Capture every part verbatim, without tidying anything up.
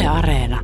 Yle Areena.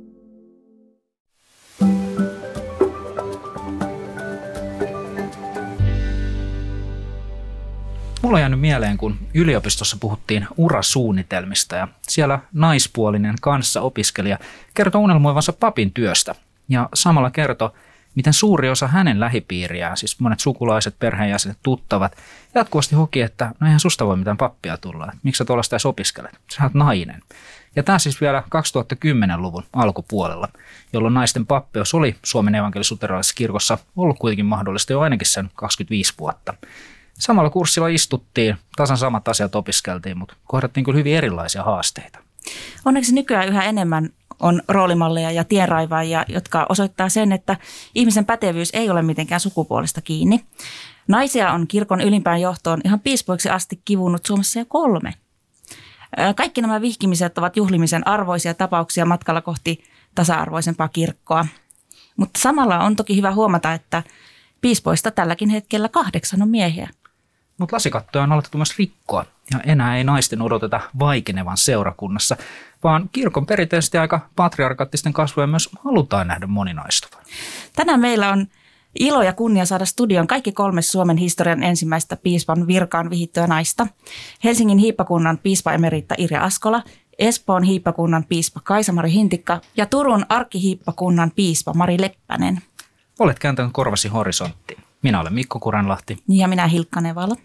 Mulla on jäänyt mieleen, kun yliopistossa puhuttiin urasuunnitelmista ja siellä naispuolinen kanssaopiskelija kertoi unelmoivansa papin työstä ja samalla kertoi, miten suuri osa hänen lähipiiriään, siis monet sukulaiset, perheenjäsenet, tuttavat, jatkuvasti hoki, että no eihän susta voi mitään pappia tulla, että miksi sä tuollaista edes opiskelet, sä oot nainen. Ja tämä siis vielä kaksituhattakymmenluvun alkupuolella, jolloin naisten pappeus oli Suomen evankelis-luterilaisessa kirkossa ollut kuitenkin mahdollista jo ainakin sen kaksikymmentäviisi vuotta. Samalla kurssilla istuttiin, tasan samat asiat opiskeltiin, mutta kohdattiin kyllä hyvin erilaisia haasteita. Onneksi nykyään yhä enemmän on roolimalleja ja tienraivaajia, jotka osoittaa sen, että ihmisen pätevyys ei ole mitenkään sukupuolesta kiinni. Naisia on kirkon ylimpään johtoon ihan piispoiksi asti kivunut Suomessa jo kolme. Kaikki nämä vihkimiset ovat juhlimisen arvoisia tapauksia matkalla kohti tasa-arvoisempaa kirkkoa. Mutta samalla on toki hyvä huomata, että piispoista tälläkin hetkellä kahdeksan on miehiä. Mutta lasikattoja on alettu myös rikkoa ja enää ei naisten odoteta vaikenevan seurakunnassa, vaan kirkon perinteisesti aika patriarkaattisten kasvoja myös halutaan nähdä moninaistuvan. Tänään meillä on ilo ja kunnia saada studion kaikki kolme Suomen historian ensimmäistä piispan virkaan vihittyä naista. Helsingin hiippakunnan piispa emeritta Irja Askola, Espoon hiippakunnan piispa Kaisa-Mari Hintikka ja Turun arkkihiippakunnan piispa Mari Leppänen. Olet kääntänyt korvasi horisonttiin. Minä olen Mikko Kuranlahti. Ja minä Hilkka Nevala.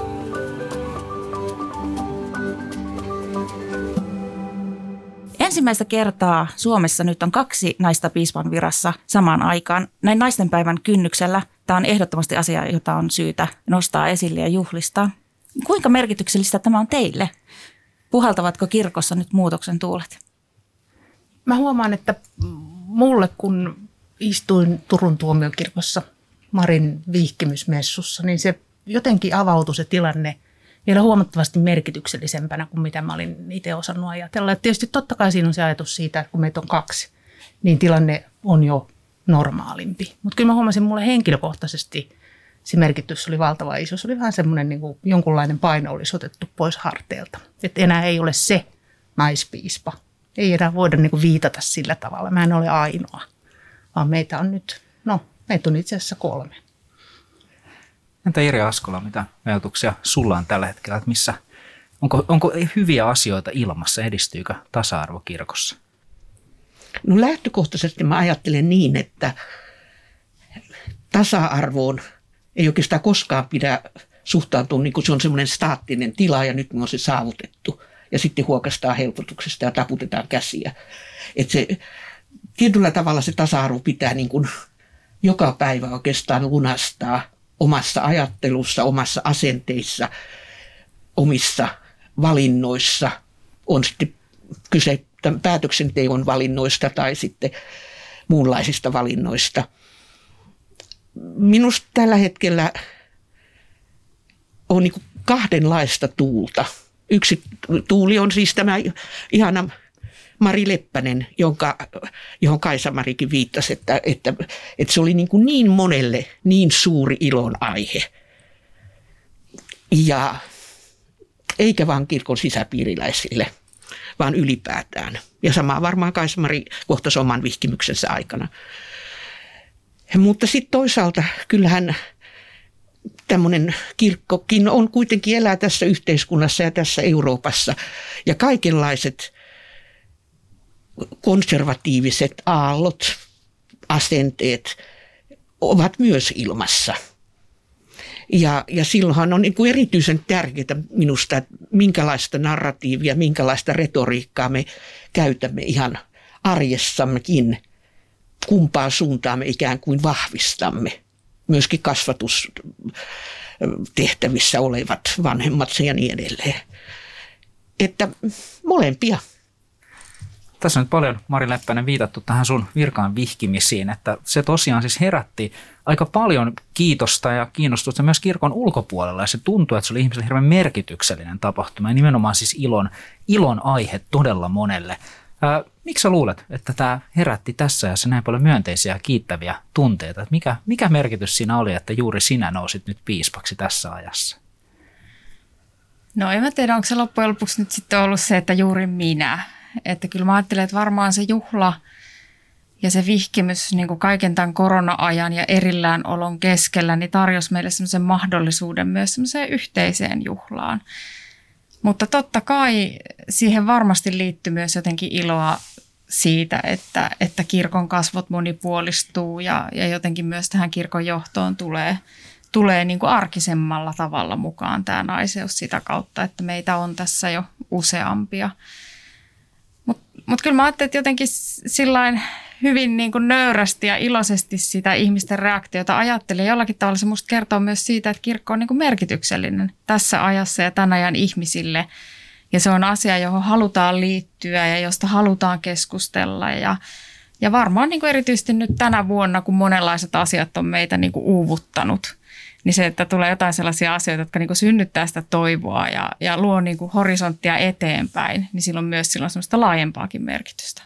Ensimmäistä kertaa Suomessa nyt on kaksi naista piispan virassa samaan aikaan. Näin naistenpäivän kynnyksellä tämä on ehdottomasti asia, jota on syytä nostaa esille ja juhlistaa. Kuinka merkityksellistä tämä on teille? Puhaltavatko kirkossa nyt muutoksen tuulet? Mä huomaan, että mulle kun istuin Turun tuomiokirkossa Marin vihkimysmessussa, niin se jotenkin avautui se tilanne vielä huomattavasti merkityksellisempänä kuin mitä mä olin itse osannut ajatella. Et tietysti totta kai siinä on se ajatus siitä, että kun meitä on kaksi, niin tilanne on jo normaalimpi. Mutta kyllä mä huomasin, mulle henkilökohtaisesti se merkitys oli valtava iso. Se oli vähän semmoinen niin kuin jonkunlainen paino olisi otettu pois harteilta. Että enää ei ole se naispiispa. Ei enää voida niin kuin viitata sillä tavalla. Mä en ole ainoa, vaan meitä on nyt, no meitä on itse asiassa kolme. Entä Irja Askola, mitä ajatuksia sulla on tällä hetkellä, että missä, onko, onko hyviä asioita ilmassa, edistyykö tasa-arvo kirkossa? No lähtökohtaisesti mä ajattelen niin, että tasa-arvoon ei oikeastaan koskaan pidä suhtautua niin kuin se on semmoinen staattinen tila ja nyt me on se saavutettu. Ja sitten huokastaan helpotuksesta ja taputetaan käsiä. Että se, tietyllä tavalla se tasa-arvo pitää niin kuin joka päivä oikeastaan lunastaa omassa ajattelussa, omassa asenteissa, omissa valinnoissa. On sitten kyse päätöksenteon valinnoista tai sitten muunlaisista valinnoista. Minusta tällä hetkellä on niin kuin kahdenlaista tuulta. Yksi tuuli on siis tämä ihana Mari Leppänen, jonka, johon Kaisa-Marikin viittasi, että, että, että se oli niin, kuin niin monelle niin suuri ilon aihe. Ja eikä vaan kirkon sisäpiiriläisille, vaan ylipäätään. Ja samaa varmaan Kaisa-Mari kohtasi oman vihkimyksensä aikana. Mutta sitten toisaalta kyllähän tämmöinen kirkkokin on kuitenkin elää tässä yhteiskunnassa ja tässä Euroopassa. Ja kaikenlaiset konservatiiviset aallot, asenteet ovat myös ilmassa. Ja, ja silloinhan on niin kuin erityisen tärkeää minusta, että minkälaista narratiivia, minkälaista retoriikkaa me käytämme ihan arjessammekin, kumpaan suuntaan me ikään kuin vahvistamme. Myöskin kasvatustehtävissä olevat vanhemmat ja niin edelleen. Että molempia. Tässä on nyt paljon, Mari Leppänen, viitattu tähän sun virkaan vihkimisiin, että se tosiaan siis herätti aika paljon kiitosta ja kiinnostusta myös kirkon ulkopuolella. Ja se tuntuu, että se oli ihmiselle hirveän merkityksellinen tapahtuma ja nimenomaan siis ilon, ilon aihe todella monelle. Ää, miksi sä luulet, että tämä herätti tässä ja se näin paljon myönteisiä ja kiittäviä tunteita? Että mikä, mikä merkitys siinä oli, että juuri sinä nousit nyt piispaksi tässä ajassa? No en mä tiedä, onko se loppujen lopuksi nyt sitten ollut se, että juuri minä. että kyllä mä ajattelen, että varmaan se juhla ja se vihkimys niin kuin kaiken tämän korona-ajan ja erillään olon keskellä niin tarjosi meille semmoisen mahdollisuuden myös semmoiseen yhteiseen juhlaan. Mutta totta kai siihen varmasti liittyy myös jotenkin iloa siitä, että, että kirkon kasvot monipuolistuu ja, ja jotenkin myös tähän kirkon johtoon tulee, tulee niin kuin arkisemmalla tavalla mukaan tämä naiseus sitä kautta, että meitä on tässä jo useampia. Mutta mut kyllä mä ajattelin, että jotenkin sillain hyvin niin kuin nöyrästi ja iloisesti sitä ihmisten reaktiota ajattelin. Jollakin tavalla se musta kertoo myös siitä, että kirkko on niin kuin merkityksellinen tässä ajassa ja tämän ajan ihmisille. Ja se on asia, johon halutaan liittyä ja josta halutaan keskustella. Ja, ja varmaan niin kuin erityisesti nyt tänä vuonna, kun monenlaiset asiat on meitä niin kuin uuvuttanut, niin se, että tulee jotain sellaisia asioita, jotka niin kuin synnyttää sitä toivoa ja, ja luo niin kuin horisonttia eteenpäin, niin silloin myös silloin semmoista laajempaakin merkitystä.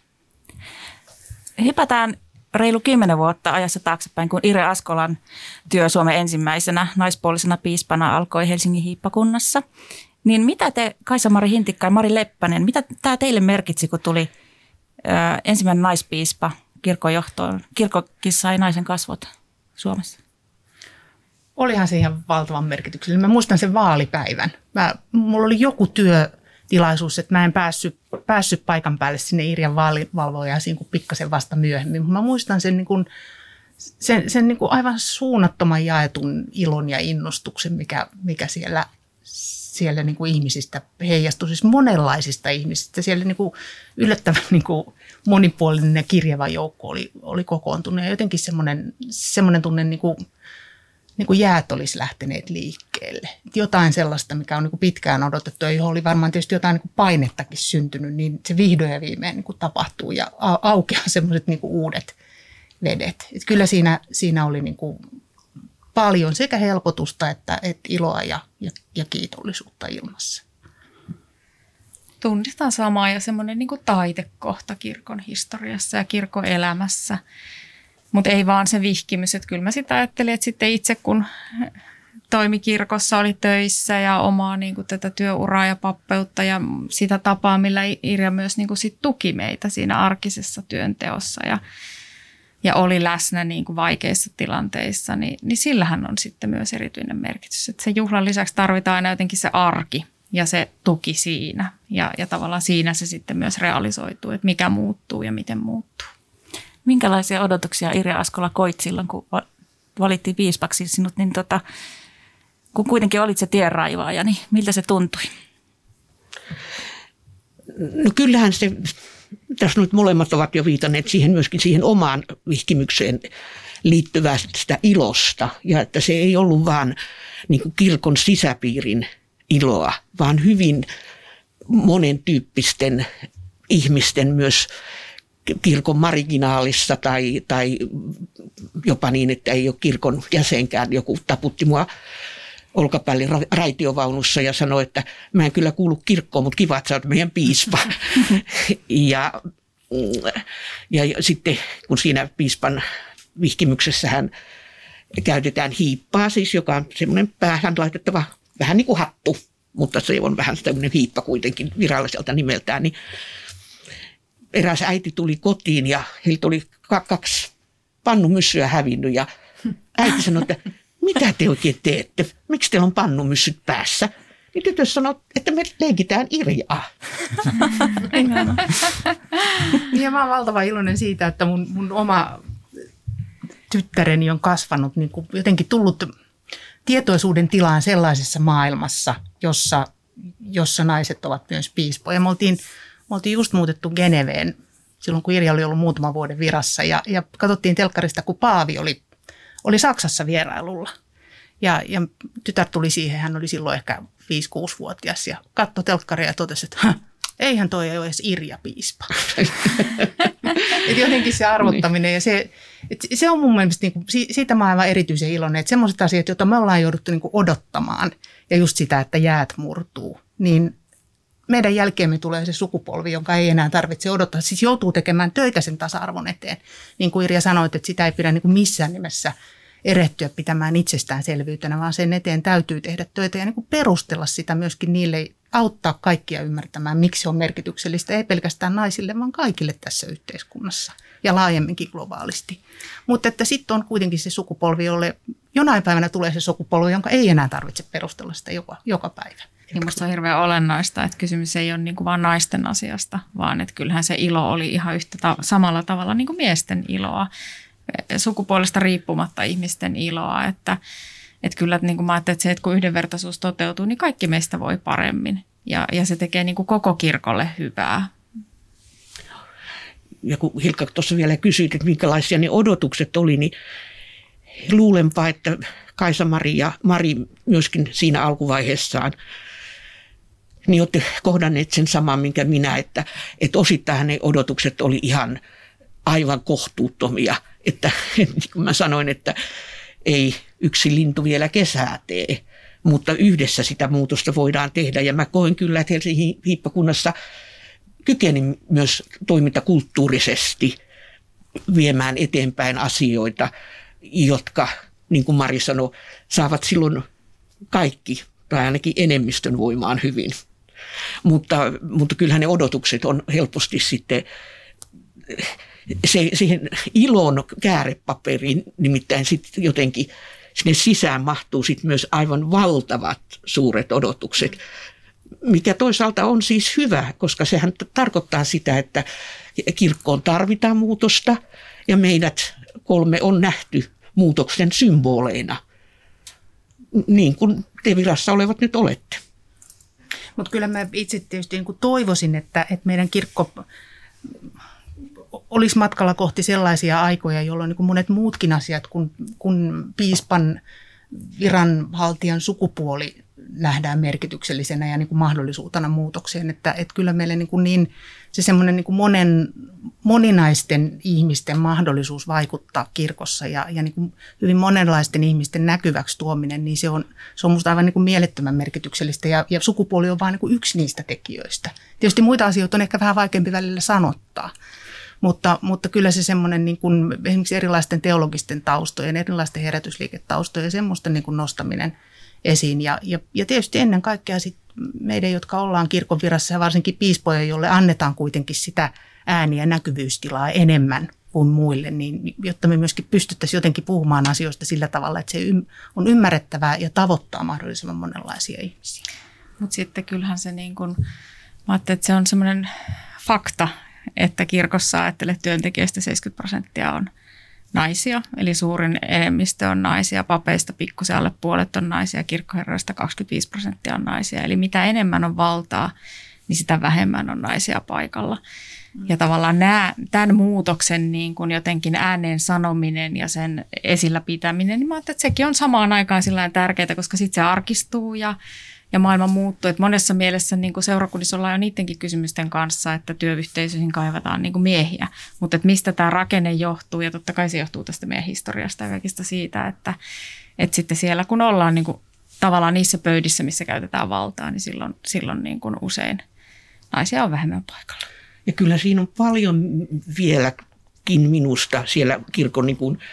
Hypätään reilu kymmenen vuotta ajassa taaksepäin, kun Irja Askolan työ Suomen ensimmäisenä naispuolisena piispana alkoi Helsingin hiippakunnassa. Niin mitä te, Kaisa-Mari Hintikka ja Mari Leppänen, mitä tämä teille merkitsi, kun tuli ö, ensimmäinen naispiispa kirkon johtoon? Kirkkokin sai naisen kasvot Suomessa. Olihan se ihan valtavan merkityksellinen. Mä muistan sen vaalipäivän. Mä, mulla oli joku työtilaisuus, että mä en päässyt, päässyt paikan päälle sinne Irjan vaalivalvojaan kuin pikkasen vasta myöhemmin. Mä muistan sen, niin kuin, sen, sen niin kuin aivan suunnattoman jaetun ilon ja innostuksen, mikä, mikä siellä, siellä niin kuin ihmisistä heijastui. Siis monenlaisista ihmisistä. Siellä niin kuin yllättävän niin kuin monipuolinen ja kirjava joukko oli, oli kokoontunut. Ja jotenkin semmoinen, semmoinen tunne niin kuin niin kuin jäät olisi lähteneet liikkeelle. Jotain sellaista, mikä on niin kuin pitkään odotettu ja johon oli varmaan tietysti jotain niin kuin painettakin syntynyt, niin se vihdoin ja viimein niin kuin tapahtuu ja aukeaa semmoiset niin kuin uudet vedet. Et kyllä siinä, siinä oli niin kuin paljon sekä helpotusta että, että iloa ja, ja, ja kiitollisuutta ilmassa. Tunnistan samaa ja semmoinen niin kuin taitekohta kirkon historiassa ja kirkon elämässä. Mutta ei vaan se vihkimys, että kyllä mä sitä ajattelin, että sitten itse kun toimi kirkossa, oli töissä ja omaa niin kuin tätä työuraa ja pappeutta ja sitä tapaa, millä Irja myös niin kuin sit tuki meitä siinä arkisessa työnteossa ja, ja oli läsnä niin kuin vaikeissa tilanteissa, niin, niin sillähän on sitten myös erityinen merkitys. Että se juhlan lisäksi tarvitaan aina jotenkin se arki ja se tuki siinä ja, ja tavallaan siinä se sitten myös realisoituu, että mikä muuttuu ja miten muuttuu. Minkälaisia odotuksia Irja Askola koit silloin, kun valittiin piispaksi sinut, niin tota, kun kuitenkin olit se tienraivaaja, niin miltä se tuntui? No kyllähän se, tässä nyt molemmat ovat jo viitanneet siihen myöskin siihen omaan vihkimykseen liittyvästä ilosta. Ja että se ei ollut vaan niin kuin kirkon sisäpiirin iloa, vaan hyvin monen tyyppisten ihmisten myös kirkon marginaalissa tai, tai jopa niin, että ei ole kirkon jäsenkään. Joku taputti mua olkapäälle raitiovaunussa ja sanoi, että mä en kyllä kuulu kirkkoon, mutta kiva, että sä oot meidän piispa. ja, ja, ja sitten kun siinä piispan vihkimyksessähän käytetään hiippaa, siis joka on semmoinen päähän laitettava vähän niin kuin hattu, mutta se on vähän semmoinen hiippa kuitenkin viralliselta nimeltään, niin eräs äiti tuli kotiin ja heiltä oli kaksi pannumyssyä hävinnyt ja äiti sanoi, että mitä te oikein teette? Miksi teillä on pannumyssyt päässä? Niin tytö sanoi, että me leikitään Irjaa. Ja mä oon valtavan iloinen siitä, että mun, mun oma tyttäreni on kasvanut, niin kuin jotenkin tullut tietoisuuden tilaan sellaisessa maailmassa, jossa, jossa naiset ovat myös piispoja. Me oltiin Me oltiin just muutettu Geneveen silloin, kun Irja oli ollut muutaman vuoden virassa ja, ja katsottiin telkkarista, kun Paavi oli, oli Saksassa vierailulla. Ja, ja tytär tuli siihen, hän oli silloin ehkä viisi kuusi-vuotias ja katsoi telkkaria ja totesi, että eihän toi ei ole edes Irja piispa. Et jotenkin se arvottaminen ja se, se on mun mielestä, niinku, siitä mä aivan erityisen iloinen, että sellaiset asiat, joita me ollaan jouduttu niinku odottamaan ja just sitä, että jäät murtuu, niin meidän jälkeemme tulee se sukupolvi, jonka ei enää tarvitse odottaa. Siis joutuu tekemään töitä sen tasa-arvon eteen. Niin kuin Irja sanoit, että sitä ei pidä niin kuin missään nimessä erehtyä pitämään itsestäänselvyytenä, vaan sen eteen täytyy tehdä töitä ja niin kuin perustella sitä myöskin niille auttaa kaikkia ymmärtämään, miksi se on merkityksellistä, ei pelkästään naisille, vaan kaikille tässä yhteiskunnassa ja laajemminkin globaalisti. Mutta että sitten on kuitenkin se sukupolvi, jolle jonain päivänä tulee se sukupolvi, jonka ei enää tarvitse perustella sitä joka, joka päivä. Niin musta on hirveän olennaista, että kysymys ei ole niin kuin vain naisten asiasta, vaan että kyllähän se ilo oli ihan yhtä ta- samalla tavalla niin kuin miesten iloa, sukupuolesta riippumatta ihmisten iloa, että Että kyllä niin kuin mä ajattelen, että se, että kun yhdenvertaisuus toteutuu, niin kaikki meistä voi paremmin. Ja, ja se tekee niin kuin koko kirkolle hyvää. Ja kun Hilkka tuossa vielä kysyit, että minkälaisia ne odotukset oli, niin luulenpa, että Kaisa-Mari ja Mari myöskin siinä alkuvaiheessaan, niin olette kohdanneet sen saman, minkä minä, että, että osittain ne odotukset oli ihan aivan kohtuuttomia. Että niin kuin mä sanoin, että ei yksi lintu vielä kesää tee, mutta yhdessä sitä muutosta voidaan tehdä. Ja mä koen kyllä, että Helsingin hiippakunnassa kykenin myös toimintakulttuurisesti viemään eteenpäin asioita, jotka, niin kuin Mari sanoi, saavat silloin kaikki tai ainakin enemmistön voimaan hyvin. Mutta, mutta kyllähän ne odotukset on helposti sitten se, siihen ilon käärepaperiin, nimittäin sitten jotenkin sinne sisään mahtuu sitten myös aivan valtavat suuret odotukset, mikä toisaalta on siis hyvä, koska sehän tarkoittaa sitä, että kirkkoon tarvitaan muutosta ja meidät kolme on nähty muutoksen symboleina, niin kuin te virassa olevat nyt olette. Mutta kyllä mä itse tietysti niin kuin toivoisin, että, että meidän kirkko olisi matkalla kohti sellaisia aikoja, jolloin niin kuin monet muutkin asiat kuin, kuin piispan viranhaltijan sukupuoli nähdään merkityksellisenä ja niin kuin mahdollisuutena muutokseen. Että, että kyllä meille niin, kuin niin se semmoinen niin kuin monen, moninaisten ihmisten mahdollisuus vaikuttaa kirkossa ja, ja niin kuin hyvin monenlaisten ihmisten näkyväksi tuominen, niin se on, se on musta aivan niin kuin mielettömän merkityksellistä ja, ja sukupuoli on vain niin kuin yksi niistä tekijöistä. Tietysti muita asioita on ehkä vähän vaikeampi välillä sanottaa. Mutta, mutta kyllä se semmoinen niin kuin esimerkiksi erilaisten teologisten taustojen, erilaisten herätysliiketaustojen semmoisten niin kuin nostaminen esiin. Ja, ja, ja tietysti ennen kaikkea sit meidän, jotka ollaan kirkon virassa ja varsinkin piispoja, jolle annetaan kuitenkin sitä ääni- ja näkyvyystilaa enemmän kuin muille, niin jotta me myöskin pystyttäisiin jotenkin puhumaan asioista sillä tavalla, että se on ymmärrettävää ja tavoittaa mahdollisimman monenlaisia ihmisiä. Mutta sitten kyllähän se niin kuin, mä ajattelin, että se on semmoinen fakta, että kirkossa ajattelee työntekijöistä seitsemänkymmentä prosenttia on naisia, eli suurin enemmistö on naisia, papeista pikkusen alle puolet on naisia, kirkkoherroista kaksikymmentäviisi prosenttia on naisia. Eli mitä enemmän on valtaa, niin sitä vähemmän on naisia paikalla. Ja tavallaan nämä, tämän muutoksen niin kuin jotenkin ääneen sanominen ja sen esillä pitäminen, niin mä ajattelin, että sekin on samaan aikaan sillain tärkeää, koska sitten se arkistuu ja Ja maailma muuttuu. Että monessa mielessä niin kuin seurakunnissa ollaan jo niidenkin kysymysten kanssa, että työyhteisöihin kaivataan niin kuin miehiä. Mutta että mistä tämä rakenne johtuu, ja totta kai se johtuu tästä meidän historiasta ja kaikista siitä, että, että sitten siellä kun ollaan niin kuin tavallaan niissä pöydissä, missä käytetään valtaa, niin silloin, silloin niin kuin usein naisia on vähemmän paikalla. Ja kyllä siinä on paljon vieläkin minusta siellä kirkon niin kuin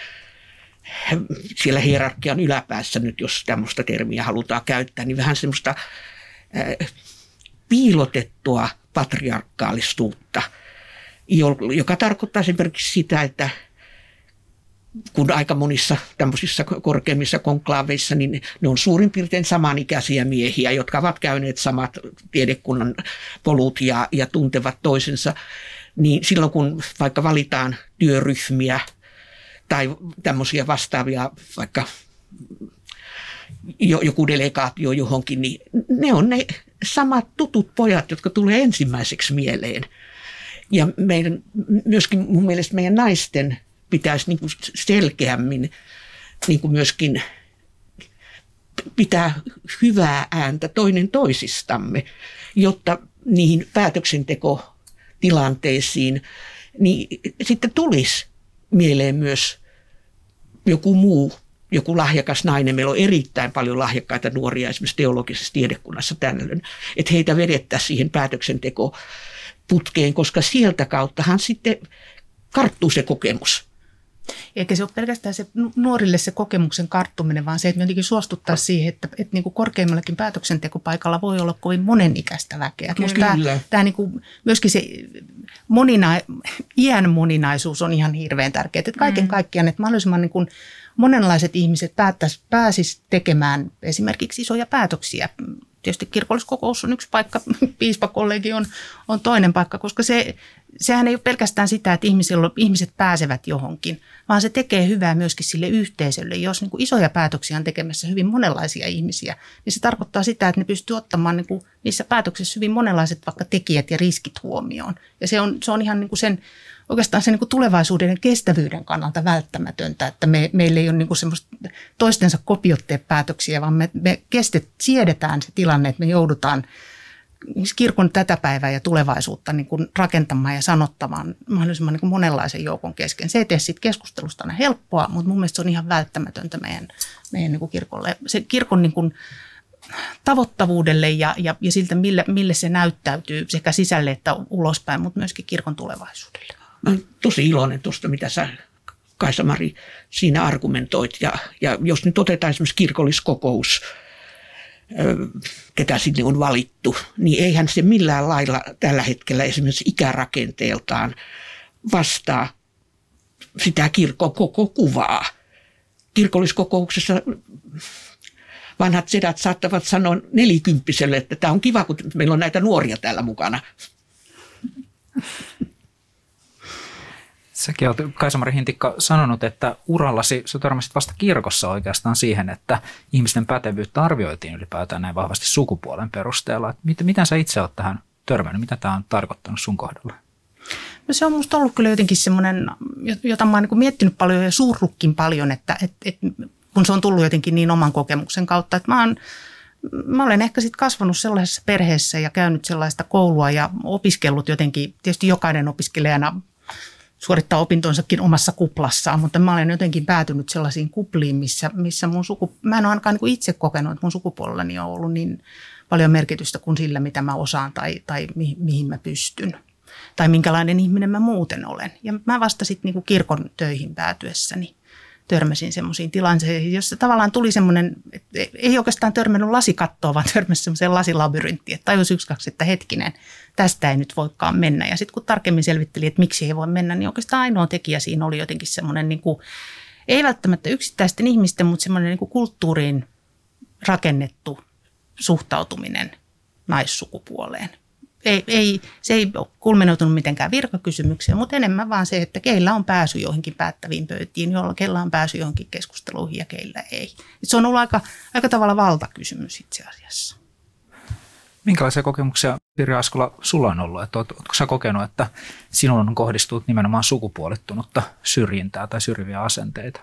siellä hierarkian yläpäässä nyt, jos tämmöistä termiä halutaan käyttää, niin vähän semmoista äh, piilotettua patriarkaalisuutta, joka tarkoittaa esimerkiksi sitä, että kun aika monissa tämmöisissä korkeimmissa konklaaveissa, niin ne on suurin piirtein samanikäisiä miehiä, jotka ovat käyneet samat tiedekunnan polut ja, ja tuntevat toisensa, niin silloin kun vaikka valitaan työryhmiä, tai tämmöisiä vastaavia, vaikka joku delegaatio johonkin, niin ne on ne samat tutut pojat, jotka tulee ensimmäiseksi mieleen. Ja meidän, myöskin mun mielestä meidän naisten pitäisi niin kuin selkeämmin niin kuin myöskin pitää hyvää ääntä toinen toisistamme, jotta niihin päätöksentekotilanteisiin niin sitten tulisi mieleen myös joku muu, joku lahjakas nainen. Meillä on erittäin paljon lahjakkaita nuoria esimerkiksi teologisessa tiedekunnassa tällöin, että heitä vedettäisiin siihen päätöksentekoputkeen, koska sieltä kauttahan sitten karttuu se kokemus. Eikä se ole pelkästään se nuorille se kokemuksen karttuminen, vaan se, että me jotenkin suostuttaisiin siihen, että, että niin kuin korkeimmallakin päätöksentekopaikalla voi olla kovin monenikäistä väkeä. Tämä, tämä niin kuin, myöskin se monina, iän moninaisuus on ihan hirveän tärkeää. Että kaiken mm. kaikkiaan, että mahdollisimman niin kuin monenlaiset ihmiset pääsisivät tekemään esimerkiksi isoja päätöksiä. Tietysti kirkolliskokous on yksi paikka, piispakollegi on, on toinen paikka, koska se, sehän ei ole pelkästään sitä, että ihmiset pääsevät johonkin, vaan se tekee hyvää myöskin sille yhteisölle. Jos niin kuin isoja päätöksiä on tekemässä hyvin monenlaisia ihmisiä, niin se tarkoittaa sitä, että ne pystyy ottamaan niin kuin niissä päätöksissä hyvin monenlaiset vaikka tekijät ja riskit huomioon. Ja se on, se on ihan niin kuin sen, oikeastaan sen niin kuin tulevaisuuden ja kestävyyden kannalta välttämätöntä, että me, meillä ei ole niin kuin semmoista toistensa kopiotteepäätöksiä, vaan me, me kestet, siedetään se tilanne, että me joudutaan kirkon tätä päivää ja tulevaisuutta niin kuin rakentamaan ja sanottamaan mahdollisimman niin kuin monenlaisen joukon kesken. Se ei tee siitä keskustelusta aina helppoa, mutta mun mielestä se on ihan välttämätöntä meidän, meidän niin kuin kirkolle. Se kirkon niin kuin tavoittavuudelle ja, ja, ja siltä, mille, mille se näyttäytyy sekä sisälle että ulospäin, mutta myöskin kirkon tulevaisuudelle. Mä olen tosi iloinen tuosta, mitä sä, Kaisa-Mari, siinä argumentoit. Ja, ja jos nyt otetaan esimerkiksi kirkolliskokous, ketä sinne on valittu, niin eihän se millään lailla tällä hetkellä esimerkiksi ikärakenteeltaan vastaa sitä kirkon koko kuvaa. Kirkolliskokouksessa vanhat sedät saattavat sanoa nelikymppiselle, että tämä on kiva, kun meillä on näitä nuoria täällä mukana. Säkin olet, Kaisa-Mari Hintikka, sanonut, että urallasi sä törmäsit vasta kirkossa oikeastaan siihen, että ihmisten pätevyyttä arvioitiin ylipäätään näin vahvasti sukupuolen perusteella. Miten, miten sä itse olet tähän törmännyt? Mitä tämä on tarkoittanut sun kohdalla? No se on musta ollut kyllä jotenkin semmoinen, jota mä oon niin miettinyt paljon ja suurrukkin paljon, että, että, että kun se on tullut jotenkin niin oman kokemuksen kautta, että mä, oon, mä olen ehkä sitten kasvanut sellaisessa perheessä ja käynyt sellaista koulua ja opiskellut jotenkin, tietysti jokainen opiskelijana suorittaa opintonsakin omassa kuplassaan, mutta mä olen jotenkin päätynyt sellaisiin kupliin, missä, missä mun suku, mä en ole ainakaan niin itse kokenut, että mun sukupuolellani on ollut niin paljon merkitystä kuin sillä, mitä mä osaan tai, tai mi, mihin mä pystyn. Tai minkälainen ihminen mä muuten olen. Ja mä vasta sitten niin kuin kirkon töihin päätyessäni törmäsin semmoisiin tilanteisiin, jossa tavallaan tuli semmoinen, ei oikeastaan törmännyt lasikattoa, vaan törmäsi semmoiseen lasilabyrinttiin, että tajusi yksi, kaksi, että hetkinen, tästä ei nyt voikaan mennä. Ja sitten kun tarkemmin selvitteli, että miksi ei voi mennä, niin oikeastaan ainoa tekijä siinä oli jotenkin semmoinen, niin kuin, ei välttämättä yksittäisten ihmisten, mutta semmoinen niin kuin kulttuuriin rakennettu suhtautuminen naissukupuoleen. Ei, ei, se ei ole kulminoitunut mitenkään virkakysymykseen, mutta enemmän vaan se, että keillä on pääsy johonkin päättäviin pöytiin, jolla keillä on pääsy johonkin keskusteluihin ja keillä ei. Se on ollut aika, aika tavalla valtakysymys itse asiassa. Minkälaisia kokemuksia, Pirjo Askola, sulla on ollut? Että oletko sä kokenut, että sinun on kohdistunut nimenomaan sukupuolittunutta syrjintää tai syrjiviä asenteita?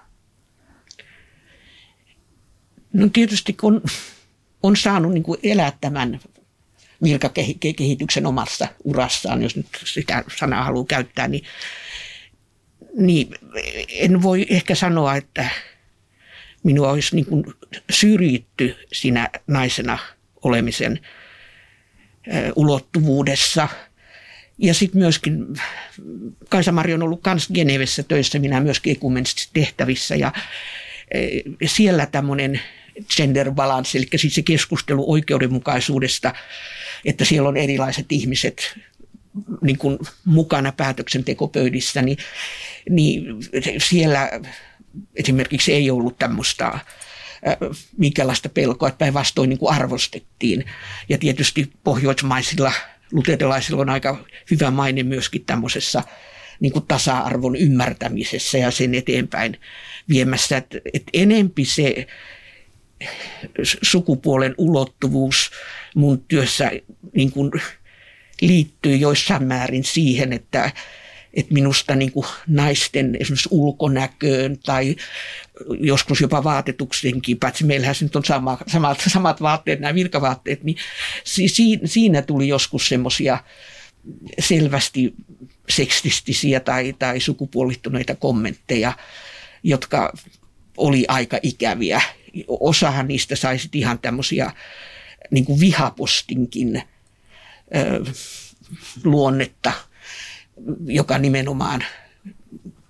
No tietysti kun on saanut niin kuin elää tämän virkakehityksen omassa urassaan, jos nyt sitä sanaa haluaa käyttää, niin, niin en voi ehkä sanoa, että minua olisi niin kuin syrjitty siinä naisena olemisen ulottuvuudessa. Ja sitten myöskin Kaisa-Mari on ollut kans Genevessä töissä, minä myöskin ekumenisissa tehtävissä, ja siellä tämmöinen gender balance, eli siis se keskustelu oikeudenmukaisuudesta, että siellä on erilaiset ihmiset niin kuin mukana päätöksentekopöydissä, niin, niin siellä esimerkiksi ei ollut tämmöistä minkälaista pelkoa, että päinvastoin niin kuin arvostettiin. Ja tietysti pohjoismaisilla luterilaisilla on aika hyvä maine myöskin tämmöisessä niin kuin tasa-arvon ymmärtämisessä ja sen eteenpäin viemässä, että, että enempi se sukupuolen ulottuvuus mun työssä niin kuin liittyy joissain määrin siihen, että, että minusta niin kuin naisten esimerkiksi ulkonäköön tai joskus jopa vaatetuksenkin, paitsi meillähän nyt on sama, samat, samat vaatteet, nämä virkavaatteet, niin si, siinä tuli joskus semmoisia selvästi seksistisiä tai, tai sukupuolittuneita kommentteja, jotka oli aika ikäviä. Osahan niistä sai sitten ihan tämmöisiä niin kuin vihapostinkin ö, luonnetta, joka nimenomaan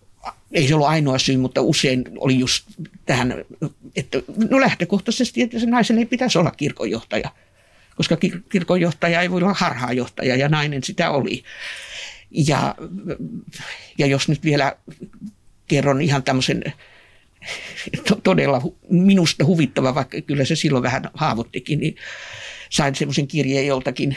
ei se ollut ainoa syy, mutta usein oli just tähän, että no lähtökohtaisesti, että se naisen ei pitäisi olla kirkonjohtaja, koska kirkonjohtaja ei voi olla harhaanjohtaja ja nainen sitä oli. Ja, ja jos nyt vielä kerron ihan tämmöisen todella minusta huvittava, vaikka kyllä se silloin vähän haavoittikin, niin sain semmoisen kirjeen joltakin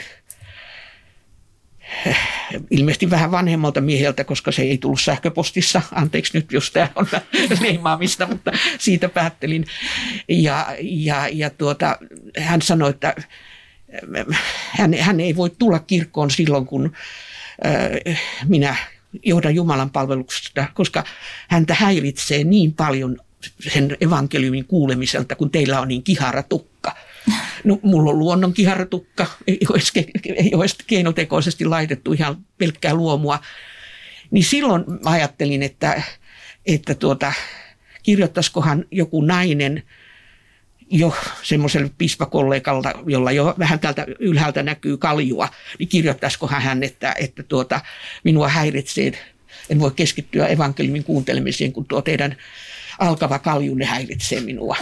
ilmeisesti vähän vanhemmalta mieheltä, koska se ei tullut sähköpostissa. Anteeksi nyt, jos tämä on leimaamista, mutta siitä päättelin. Ja, ja, ja tuota, hän sanoi, että hän, hän ei voi tulla kirkkoon silloin, kun äh, minä johdan Jumalan palveluksesta, koska häntä häiritsee niin paljon sen evankeliumin kuulemiselta, kun teillä on niin kihara tukka. No, mulla on luonnon kiharatukka, ei olisi keinotekoisesti laitettu ihan pelkkää luomua. Niin silloin ajattelin, että, että tuota, kirjoittaisikohan joku nainen jo semmoiselle piispakollegalta, jolla jo vähän täältä ylhäältä näkyy kaljua, niin kirjoittaisikohan hän, että, että tuota, minua häiritsee, en voi keskittyä evankeliumin kuuntelemiseen, kun tuo teidän alkava kaljunne häiritsee minua.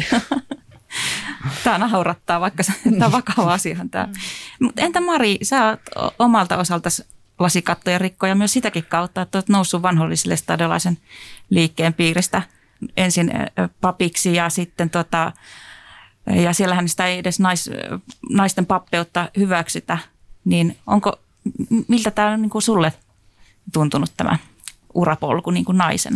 Tämä naurattaa, vaikka tämä on vakava asiahan tämä. Mutta entä Mari, sä oot omalta osaltasi lasikattoja rikkoja myös sitäkin kautta, että olet noussut vanholliselle stadiolaisen liikkeen piiristä ensin papiksi ja sitten tota, ja siellähän sitä ei edes nais, naisten pappeutta hyväksytä. Niin onko, miltä tämä on niin kuin sulle tuntunut tämä urapolku niin kuin naisena?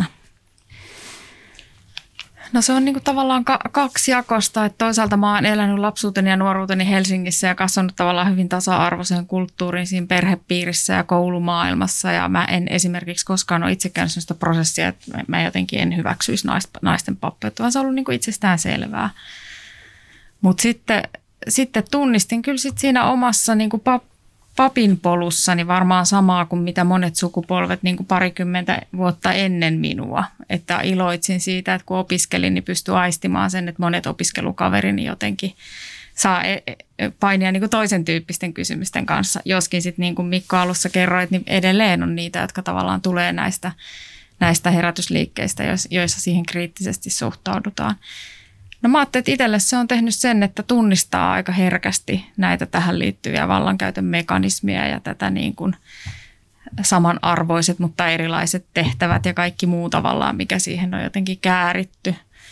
No se on niinku tavallaan ka- kaksi jakosta, että toisaalta mä oon elänyt lapsuuteni ja nuoruuteni Helsingissä ja kasvanut tavallaan hyvin tasa-arvoiseen kulttuuriin siinä perhepiirissä ja koulumaailmassa ja mä en esimerkiksi koskaan ole itse käynyt sellaista prosessia, että mä jotenkin en hyväksyisi naisten pappeutta, vaan se on ollut niinku itsestään selvää. Mutta sitten, sitten tunnistin kyllä sit siinä omassa niinku pap- papin polussani varmaan samaa kuin mitä monet sukupolvet niin kuin parikymmentä vuotta ennen minua. Että iloitsin siitä, että kun opiskelin, niin pystyi aistimaan sen, että monet opiskelukaverini jotenkin saa painia niin kuin toisen tyyppisten kysymysten kanssa. Joskin sitten niin kuin Mikko alussa kerroit, niin edelleen on niitä, jotka tavallaan tulee näistä, näistä herätysliikkeistä, joissa siihen kriittisesti suhtaudutaan. No mä ajattelin, että itselle se on tehnyt sen, että tunnistaa aika herkästi näitä tähän liittyviä vallankäytön mekanismia ja tätä niin kuin samanarvoiset, mutta erilaiset tehtävät ja kaikki muu tavallaan, mikä siihen on jotenkin kääritty.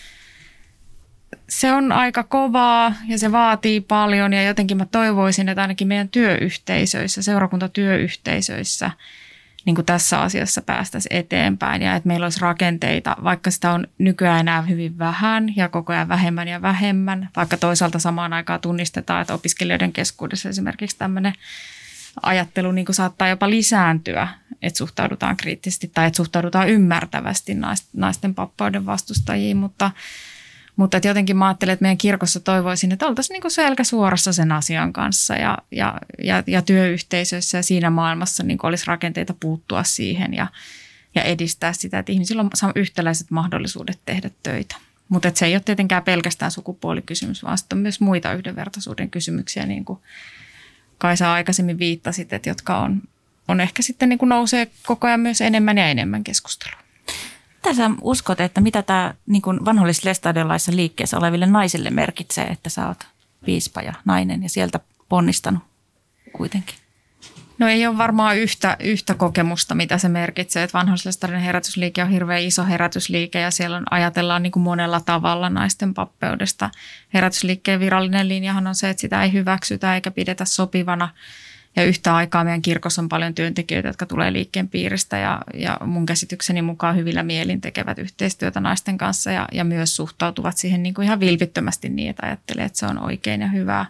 Se on aika kovaa ja se vaatii paljon ja jotenkin mä toivoisin, että ainakin meidän työyhteisöissä, seurakuntatyöyhteisöissä, niin kuin tässä asiassa päästäisiin eteenpäin ja että meillä olisi rakenteita, vaikka sitä on nykyään enää hyvin vähän ja koko ajan vähemmän ja vähemmän, vaikka toisaalta samaan aikaan tunnistetaan, että opiskelijoiden keskuudessa esimerkiksi tämmöinen ajattelu niin kuin saattaa jopa lisääntyä, että suhtaudutaan kriittisesti tai että suhtaudutaan ymmärtävästi naisten pappeuden vastustajiin, mutta Mutta jotenkin mä ajattelen, että meidän kirkossa toivoisin, että oltaisiin niin kuin selkä suorassa sen asian kanssa ja, ja, ja, ja työyhteisöissä ja siinä maailmassa niin kuin olisi rakenteita puuttua siihen ja, ja edistää sitä, että ihmisillä on yhtäläiset mahdollisuudet tehdä töitä. Mutta se ei ole tietenkään pelkästään sukupuolikysymys, vaan sitten on myös muita yhdenvertaisuuden kysymyksiä, niin kuin Kaisa aikaisemmin viittasit, että jotka on, on ehkä sitten niin kuin nousee koko ajan myös enemmän ja enemmän keskustelua. Mitä sä uskot, että mitä tämä niin kuin vanhollis-lestadiolaisessa liikkeessä oleville naisille merkitsee, että sä oot piispa ja nainen ja sieltä ponnistanut kuitenkin? No ei ole varmaan yhtä, yhtä kokemusta, mitä se merkitsee. Että vanhollis-lestadiolainen herätysliike on hirveän iso herätysliike ja siellä on, ajatellaan niin kuin monella tavalla naisten pappeudesta. Herätysliikkeen virallinen linjahan on se, että sitä ei hyväksytä eikä pidetä sopivana. Ja yhtä aikaa meidän kirkossa on paljon työntekijöitä, jotka tulee liikkeen piiristä ja, ja mun käsitykseni mukaan hyvillä mielin tekevät yhteistyötä naisten kanssa ja, ja myös suhtautuvat siihen niin kuin ihan vilpittömästi niin, että ajattelee, että se on oikein ja hyvää.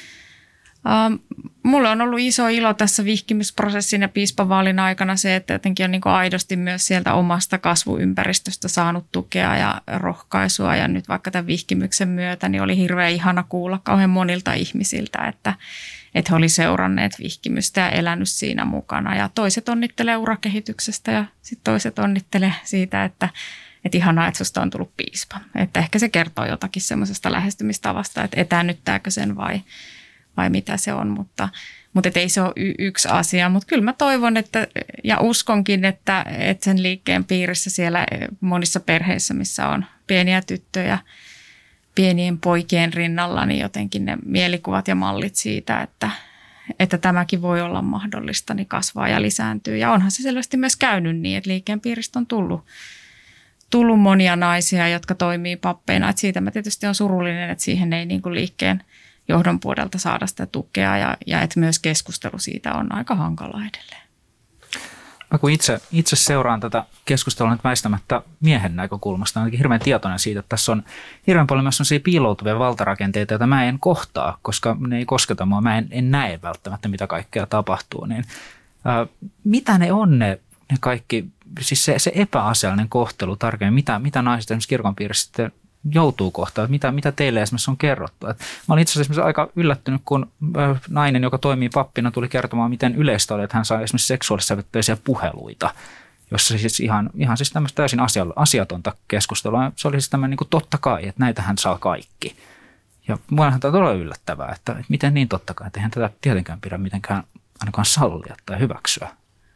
Ähm, mulle on ollut iso ilo tässä vihkimysprosessin ja piispavaalin aikana se, että jotenkin on niin kuin aidosti myös sieltä omasta kasvuympäristöstä saanut tukea ja rohkaisua. Ja nyt vaikka tämän vihkimyksen myötä niin oli hirveän ihana kuulla kauhean monilta ihmisiltä, että että he oli seuranneet vihkimystä ja elänyt siinä mukana. Ja toiset onnittelee urakehityksestä ja sitten toiset onnittelee siitä, että, että ihanaa, että susta on tullut piispa. Että ehkä se kertoo jotakin semmoisesta lähestymistavasta, että etäännyttääkö sen vai, vai mitä se on. Mutta, Mutta ei se ole y- yksi asia, mutta kyllä mä toivon että, ja uskonkin, että, että sen liikkeen piirissä siellä monissa perheissä, missä on pieniä tyttöjä, pienien poikien rinnalla, niin jotenkin ne mielikuvat ja mallit siitä, että, että tämäkin voi olla mahdollista, niin kasvaa ja lisääntyy. Ja onhan se selvästi myös käynyt niin, että liikkeen piiristä on tullut, tullut monia naisia, jotka toimii pappeina. Et siitä mä tietysti on surullinen, että siihen ei niin kuin liikkeen johdon puolelta saada sitä tukea ja, ja että myös keskustelu siitä on aika hankala edelleen. Mä kun itse, itse seuraan tätä keskustelua nyt väistämättä miehen näkökulmasta, ainakin hirveän tietoinen siitä, että tässä on hirveän paljon myös sellaisia piiloutuvia valtarakenteita, joita mä en kohtaa, koska ne ei kosketa mua. Mä en, en näe välttämättä, mitä kaikkea tapahtuu. Niin, ää, mitä ne on ne, ne kaikki, siis se, se epäasiallinen kohtelu tarkemmin, mitä, mitä naiset esimerkiksi kirkon piirissä sitten joutuu kohtaan, mitä, mitä teille esimerkiksi on kerrottu. Et mä olin itse asiassa aika yllättynyt, kun nainen, joka toimii pappina, tuli kertomaan, miten yleistä oli, että hän sai esimerkiksi seksuaalissävytteisiä puheluita, jossa siis ihan, ihan siis tämmöistä täysin asiatonta keskustelua. Se oli siis tämmöinen niin kuin totta kai, että näitä hän saa kaikki. Ja mullahan tämä on todella yllättävää, että, että miten niin totta kai, että eihän tätä tietenkään pidä mitenkään ainakaan sallia tai hyväksyä.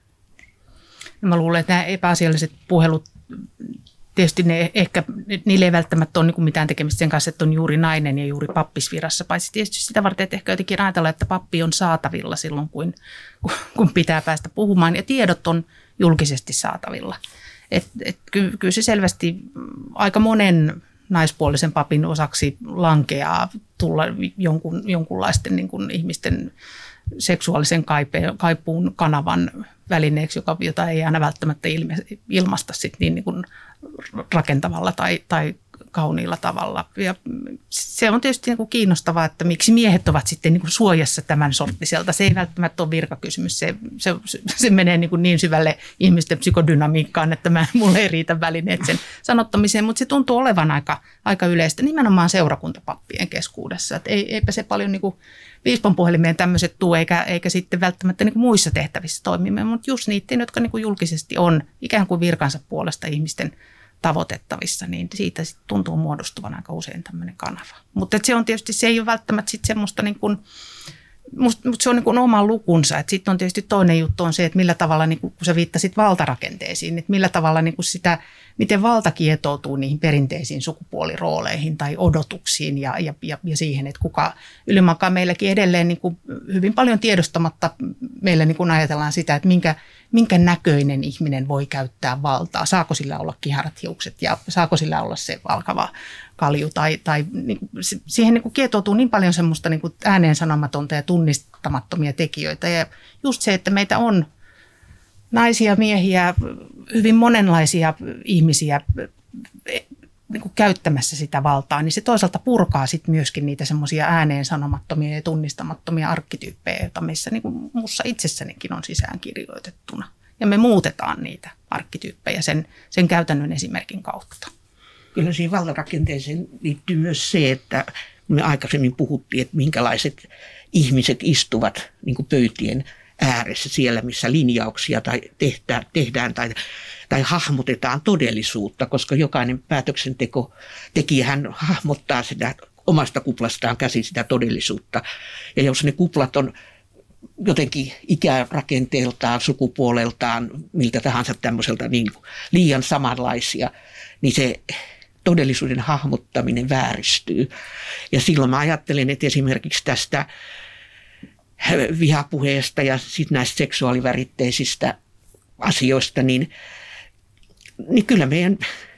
No mä luulen, että nämä epäasialliset puhelut, tietysti ne ehkä, niille ei välttämättä ole niin mitään tekemistä sen kanssa, että on juuri nainen ja juuri pappisvirassa, paitsi tietysti sitä varten, että ehkä jotenkin ajatella, että pappi on saatavilla silloin, kun, kun pitää päästä puhumaan ja tiedot on julkisesti saatavilla. Et, et, ky, kyllä se selvästi aika monen naispuolisen papin osaksi lankeaa tulla jonkun, jonkunlaisten niin kuin ihmisten seksuaalisen kaipeen, kaipuun kanavan välineeksi, joka, jota ei aina välttämättä ilme, ilmaista sit niin, niin kuin rakentavalla tai, tai kauniilla tavalla. Ja se on tietysti niin kuin kiinnostavaa, että miksi miehet ovat sitten niin kuin suojassa tämän sorttiselta. Se ei välttämättä ole virkakysymys. Se, se, se menee niin, kuin niin syvälle ihmisten psykodynamiikkaan, että mä, mulle ei riitä välineet sen sanottamiseen, mutta se tuntuu olevan aika, aika yleistä nimenomaan seurakuntapappien keskuudessa. Et ei, eipä se paljon niin kuin piispan puhelimeen tämmöiset tuu, eikä, eikä sitten välttämättä niin kuin muissa tehtävissä toimimme, mutta just niiden, jotka niin kuin julkisesti on ikään kuin virkansa puolesta ihmisten tavoitettavissa, niin siitä sit tuntuu muodostuvan aika usein tämmöinen kanava. Mutta se on tietysti, se ei ole välttämättä sit semmoista niin kuin, mutta se on niin kuin oma lukunsa. Sitten on tietysti toinen juttu on se, että millä tavalla, niin kun sä viittasit valtarakenteisiin, että millä tavalla niin kuin sitä, miten valta kietoutuu niihin perinteisiin sukupuolirooleihin tai odotuksiin ja, ja, ja, ja siihen, että kuka ylimalkaan meilläkin edelleen niin kuin hyvin paljon tiedostamatta meillä niin kuin ajatellaan sitä, että minkä, minkä näköinen ihminen voi käyttää valtaa. Saako sillä olla kiharat hiukset ja saako sillä olla se valkava kalju tai, tai niin kuin, siihen niin kuin kietoutuu niin paljon semmoista niin kuin ääneen sanomatonta ja tunnistamattomia tekijöitä. Ja just se, että meitä on naisia, miehiä, hyvin monenlaisia ihmisiä niin kuin käyttämässä sitä valtaa, niin se toisaalta purkaa sitten myöskin niitä semmoisia ääneen sanomattomia ja tunnistamattomia arkkityyppejä, joita meissä niin kuin mussa itsessänikin on sisäänkirjoitettuna. Ja me muutetaan niitä arkkityyppejä sen, sen käytännön esimerkin kautta. Kyllä siihen valtarakenteeseen liittyy myös se, että me aikaisemmin puhuttiin, että minkälaiset ihmiset istuvat niin kuin pöytien ääressä siellä, missä linjauksia tai tehdään, tehdään tai, tai hahmotetaan todellisuutta, koska jokainen päätöksenteko tekijähän hahmottaa sitä omasta kuplastaan käsin sitä todellisuutta. Ja jos ne kuplat on jotenkin ikärakenteeltaan, sukupuoleltaan, miltä tahansa tämmöiseltä niin liian samanlaisia, niin se todellisuuden hahmottaminen vääristyy. Ja silloin mä ajattelen, että esimerkiksi tästä vihapuheesta ja sitten näistä seksuaaliväritteisistä asioista, niin, niin kyllä meidän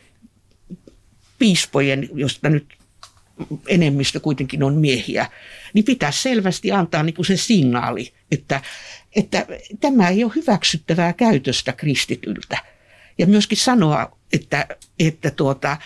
piispojen, josta nyt enemmistö kuitenkin on miehiä, niin pitäisi selvästi antaa niin kuin se signaali, että, että tämä ei ole hyväksyttävää käytöstä kristityltä. Ja myöskin sanoa, että, että tuota,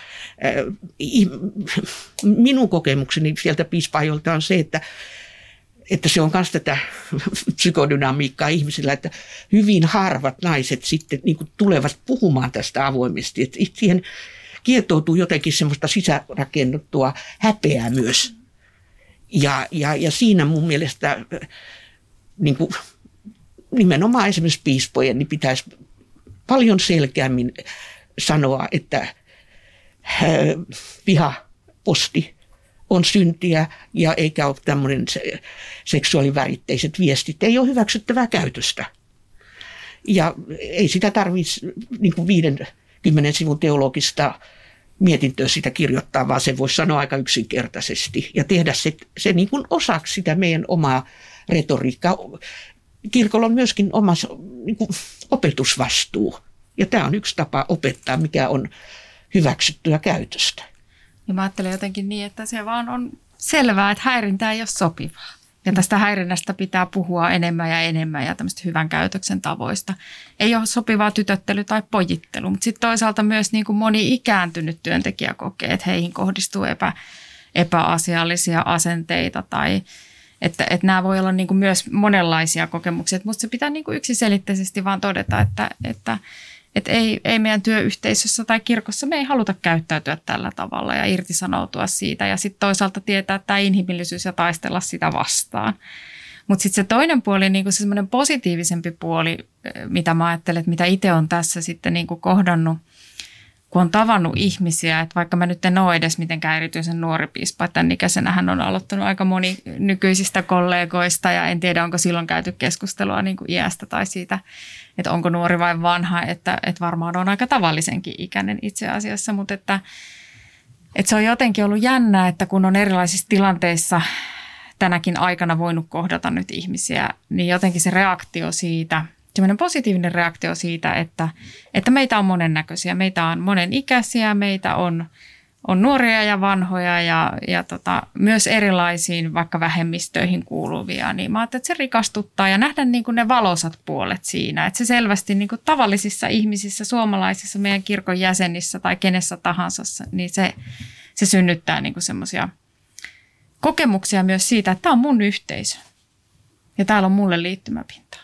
minun kokemukseni sieltä piispaajolta on se, että että se on myös tätä psykodynamiikkaa ihmisillä, että hyvin harvat naiset sitten niin kuin tulevat puhumaan tästä avoimesti. Että siihen kietoutuu jotenkin semmoista sisärakennettua häpeää myös. Ja, ja, ja siinä mun mielestä niin kuin, nimenomaan esimerkiksi piispojen niin pitäisi paljon selkeämmin sanoa, että vihaposti on syntiä ja eikä ole tämmöinen se, seksuaaliväritteiset viestit. Ei ole hyväksyttävää käytöstä. Ja ei sitä tarvitse niin kuin viidenkymmenen sivun teologista mietintöä sitä kirjoittaa, vaan se voisi sanoa aika yksinkertaisesti ja tehdä se, se niin kuin osaksi sitä meidän omaa retoriikkaa. Kirkolla on myöskin oma niin kuin opetusvastuu ja tämä on yksi tapa opettaa, mikä on hyväksyttyä käytöstä. Ja mä ajattelen jotenkin niin, että se vaan on selvää, että häirintä ei ole sopivaa. Ja tästä häirinnästä pitää puhua enemmän ja enemmän ja tämmöistä hyvän käytöksen tavoista. Ei ole sopivaa tytöttely tai pojittelu, mutta sitten toisaalta myös niin kuin moni ikääntynyt työntekijä kokee, että heihin kohdistuu epä, epäasiallisia asenteita tai että, että nämä voi olla niin kuin myös monenlaisia kokemuksia. Mutta se pitää niin kuin yksiselitteisesti vaan todeta, että, että, että ei, ei meidän työyhteisössä tai kirkossa me ei haluta käyttäytyä tällä tavalla ja irtisanoutua siitä. Ja sitten toisaalta tietää tämä inhimillisyys ja taistella sitä vastaan. Mutta sitten se toinen puoli, niin kuin se semmoinen positiivisempi puoli, mitä mä ajattelen, että mitä itse on tässä sitten niin kuin kohdannut, kun on tavannut ihmisiä, että vaikka mä nyt en ole edes mitenkään erityisen nuori piispa, että tämän ikäisenä hän on aloittanut aika moni nykyisistä kollegoista ja en tiedä, onko silloin käyty keskustelua niin kuin iästä tai siitä, että onko nuori vai vanha, että, että varmaan on aika tavallisenkin ikäinen itse asiassa, mutta että, että se on jotenkin ollut jännää, että kun on erilaisissa tilanteissa tänäkin aikana voinut kohdata nyt ihmisiä, niin jotenkin se reaktio siitä, semmoinen positiivinen reaktio siitä, että, että meitä on monennäköisiä, meitä on monenikäisiä, meitä on, on nuoria ja vanhoja ja, ja tota, myös erilaisiin vaikka vähemmistöihin kuuluvia, niin mä ajattelin, että se rikastuttaa ja nähdä niin kuin ne valoisat puolet siinä, että se selvästi niin kuin tavallisissa ihmisissä, suomalaisissa, meidän kirkon jäsenissä tai kenessä tahansa, niin se, se synnyttää niin kuin semmoisia kokemuksia myös siitä, että tämä on mun yhteisö ja täällä on mulle liittymäpintaa.